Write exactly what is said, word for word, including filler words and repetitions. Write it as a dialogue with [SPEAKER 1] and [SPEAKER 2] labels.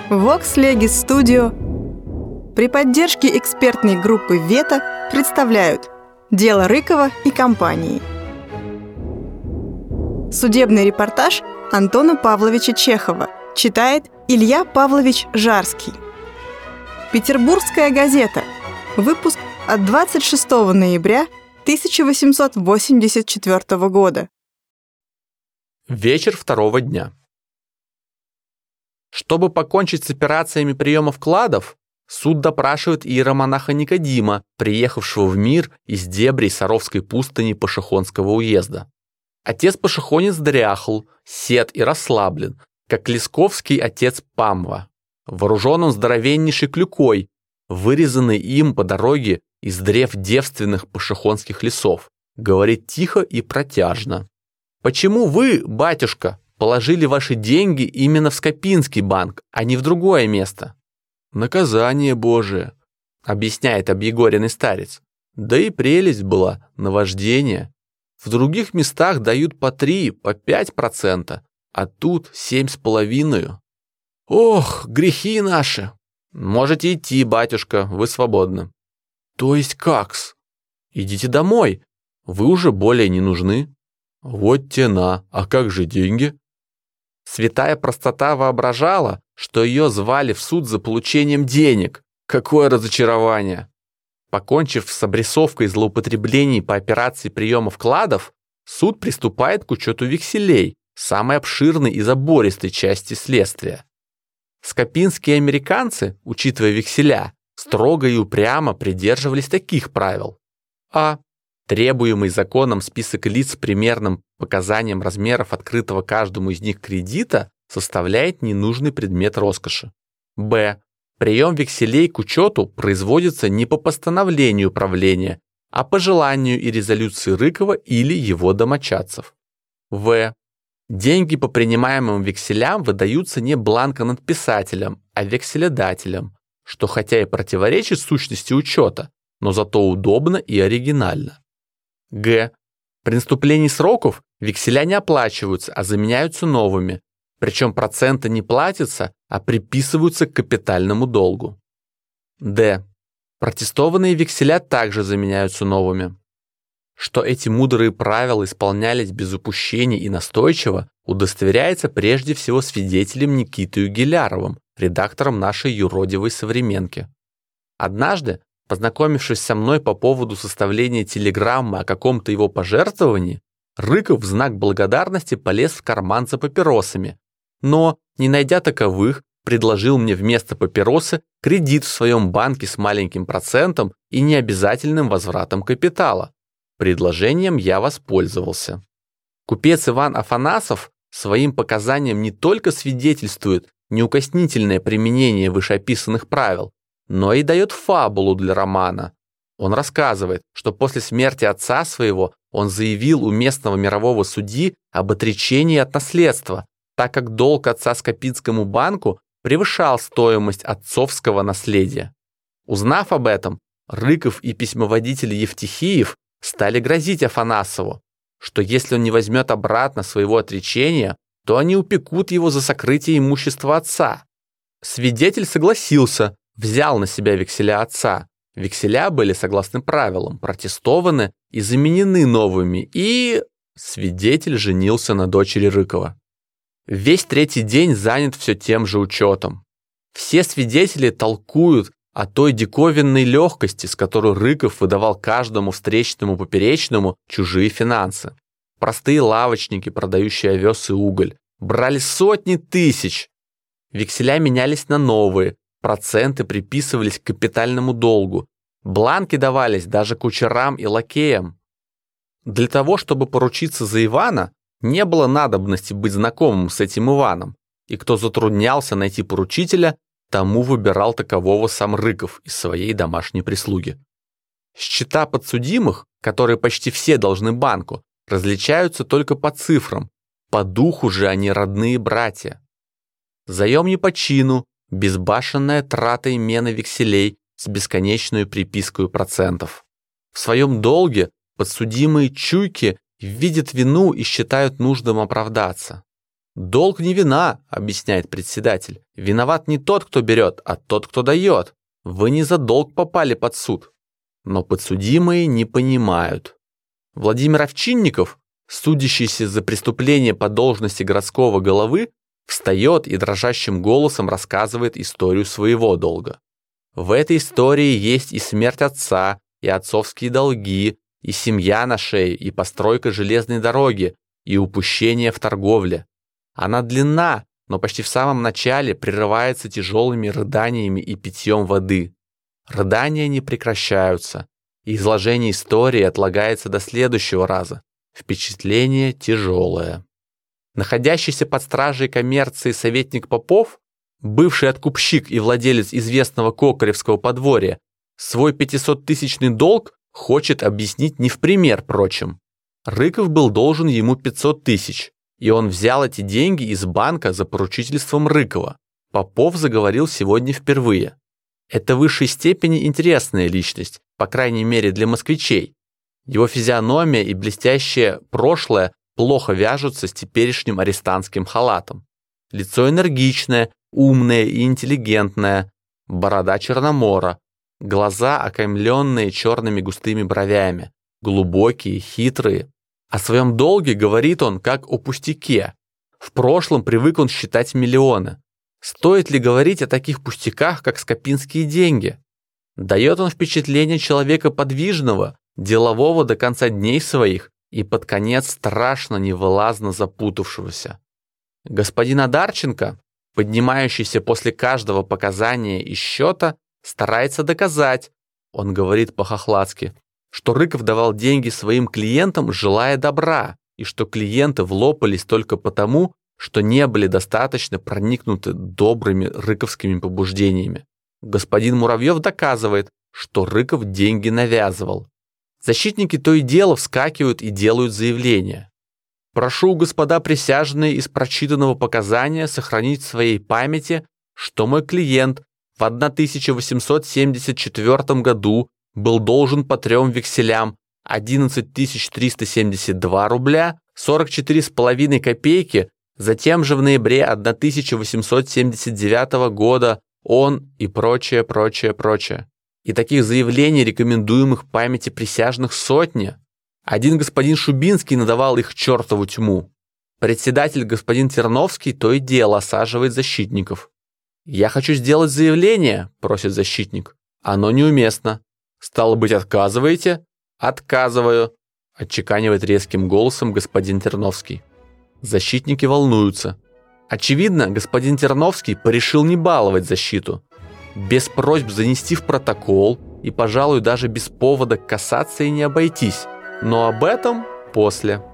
[SPEAKER 1] Vox Legis Studio при поддержке экспертной группы Вета представляют «Дело Рыкова и компании». Судебный репортаж Антона Павловича Чехова читает Илья Павлович Жарский. Петербургская газета. Выпуск от двадцать шестого ноября тысяча восемьсот восемьдесят четвёртого года.
[SPEAKER 2] Вечер второго дня. Чтобы покончить с операциями приема вкладов, суд допрашивает иеромонаха Никодима, приехавшего в мир из дебрей Саровской пустыни Пашихонского уезда. Отец-пашихонец дряхл, сед и расслаблен, как лесковский отец Памва. Вооружен он здоровеннейшей клюкой, вырезанной им по дороге из древ девственных пашихонских лесов. Говорит тихо и протяжно. «Почему вы, батюшка, положили ваши деньги именно в Скопинский банк, а не в другое место?» «Наказание Божие», — объясняет объегоренный старец. «Да и прелесть была, наваждение. В других местах дают по три, по пять процента, а тут семь с половиною. Ох, грехи наши! Можете идти, батюшка, вы свободны». «То есть как-с?» «Идите домой, вы уже более не нужны». «Вот тена, а как же деньги?» Святая простота воображала, что ее звали в суд за получением денег. Какое разочарование! Покончив с обрисовкой злоупотреблений по операции приема вкладов, суд приступает к учету векселей, самой обширной и забористой части следствия. Скопинские американцы, учитывая векселя, строго и упрямо придерживались таких правил. А. Требуемый законом список лиц с примерным показанием размеров открытого каждому из них кредита составляет ненужный предмет роскоши. Б. Прием векселей к учету производится не по постановлению правления, а по желанию и резолюции Рыкова или его домочадцев. В. Деньги по принимаемым векселям выдаются не бланконадписателям, а векселедателям, что хотя и противоречит сущности учета, но зато удобно и оригинально. Г. При наступлении сроков векселя не оплачиваются, а заменяются новыми, причем проценты не платятся, а приписываются к капитальному долгу. Д. Протестованные векселя также заменяются новыми. Что эти мудрые правила исполнялись без упущений и настойчиво, удостоверяется прежде всего свидетелем Никитой Гиляровым, редактором нашей юродивой современки. Однажды, познакомившись со мной по поводу составления телеграммы о каком-то его пожертвовании, Рыков в знак благодарности полез в карман за папиросами, но, не найдя таковых, предложил мне вместо папиросы кредит в своем банке с маленьким процентом и необязательным возвратом капитала. Предложением я воспользовался. Купец Иван Афанасов своим показанием не только свидетельствует неукоснительное применение вышеописанных правил, но и дает фабулу для романа. Он рассказывает, что после смерти отца своего он заявил у местного мирового судьи об отречении от наследства, так как долг отца Скопинскому банку превышал стоимость отцовского наследия. Узнав об этом, Рыков и письмоводитель Евтихиев стали грозить Афанасову, что если он не возьмет обратно своего отречения, то они упекут его за сокрытие имущества отца. Свидетель согласился, взял на себя векселя отца. Векселя были, согласно правилам, протестованы и заменены новыми, и свидетель женился на дочери Рыкова. Весь третий день занят все тем же учетом. Все свидетели толкуют о той диковинной легкости, с которой Рыков выдавал каждому встречному поперечному чужие финансы. Простые лавочники, продающие овес и уголь, брали сотни тысяч. Векселя менялись на новые, проценты приписывались к капитальному долгу, бланки давались даже кучерам и лакеям. Для того, чтобы поручиться за Ивана, не было надобности быть знакомым с этим Иваном, и кто затруднялся найти поручителя, тому выбирал такового сам Рыков из своей домашней прислуги. Счета подсудимых, которые почти все должны банку, различаются только по цифрам, по духу же они родные братья. Заем не по чину, безбашенная трата имены векселей с бесконечной припиской процентов. В своем долге подсудимые чуйки видят вину и считают нужным оправдаться. «Долг не вина», — объясняет председатель. «Виноват не тот, кто берет, а тот, кто дает. Вы не за долг попали под суд». Но подсудимые не понимают. Владимир Овчинников, судящийся за преступление по должности городского головы, встает и дрожащим голосом рассказывает историю своего долга. В этой истории есть и смерть отца, и отцовские долги, и семья на шее, и постройка железной дороги, и упущение в торговле. Она длинна, но почти в самом начале прерывается тяжелыми рыданиями и питьем воды. Рыдания не прекращаются, и изложение истории отлагается до следующего раза. Впечатление тяжелое. Находящийся под стражей коммерции советник Попов, бывший откупщик и владелец известного Кокоревского подворья, свой пятисоттысячный долг хочет объяснить не в пример прочим. Рыков был должен ему пятьсот тысяч, и он взял эти деньги из банка за поручительством Рыкова. Попов заговорил сегодня впервые. Это в высшей степени интересная личность, по крайней мере для москвичей. Его физиономия и блестящее прошлое плохо вяжутся с теперешним арестантским халатом. Лицо энергичное, умное и интеллигентное, борода черномора, глаза, окаймленные черными густыми бровями, глубокие, хитрые. О своем долге говорит он как о пустяке. В прошлом привык он считать миллионы. Стоит ли говорить о таких пустяках, как скопинские деньги? Дает он впечатление человека подвижного, делового до конца дней своих и под конец страшно невылазно запутавшегося. Господин Одарченко, поднимающийся после каждого показания и счета, старается доказать, он говорит по-хохладски, что Рыков давал деньги своим клиентам, желая добра, и что клиенты влопались только потому, что не были достаточно проникнуты добрыми рыковскими побуждениями. Господин Муравьев доказывает, что Рыков деньги навязывал. Защитники то и дело вскакивают и делают заявления. Прошу, господа присяжные, из прочитанного показания сохранить в своей памяти, что мой клиент в тысяча восемьсот семьдесят четвёртом году был должен по трем векселям одиннадцать тысяч триста семьдесят два рубля, сорок четыре с половиной копейки, затем же в ноябре тысяча восемьсот семьдесят девятого года он и прочее, прочее, прочее. И таких заявлений, рекомендуемых памяти присяжных, сотни. Один господин Шубинский надавал их чертову тьму. Председатель господин Терновский то и дело осаживает защитников. «Я хочу сделать заявление», – просит защитник. «Оно неуместно». «Стало быть, отказываете?» «Отказываю», – отчеканивает резким голосом господин Терновский. Защитники волнуются. Очевидно, господин Терновский порешил не баловать защиту. Без просьб занести в протокол и, пожалуй, даже без повода к кассации не обойтись. Но об этом после.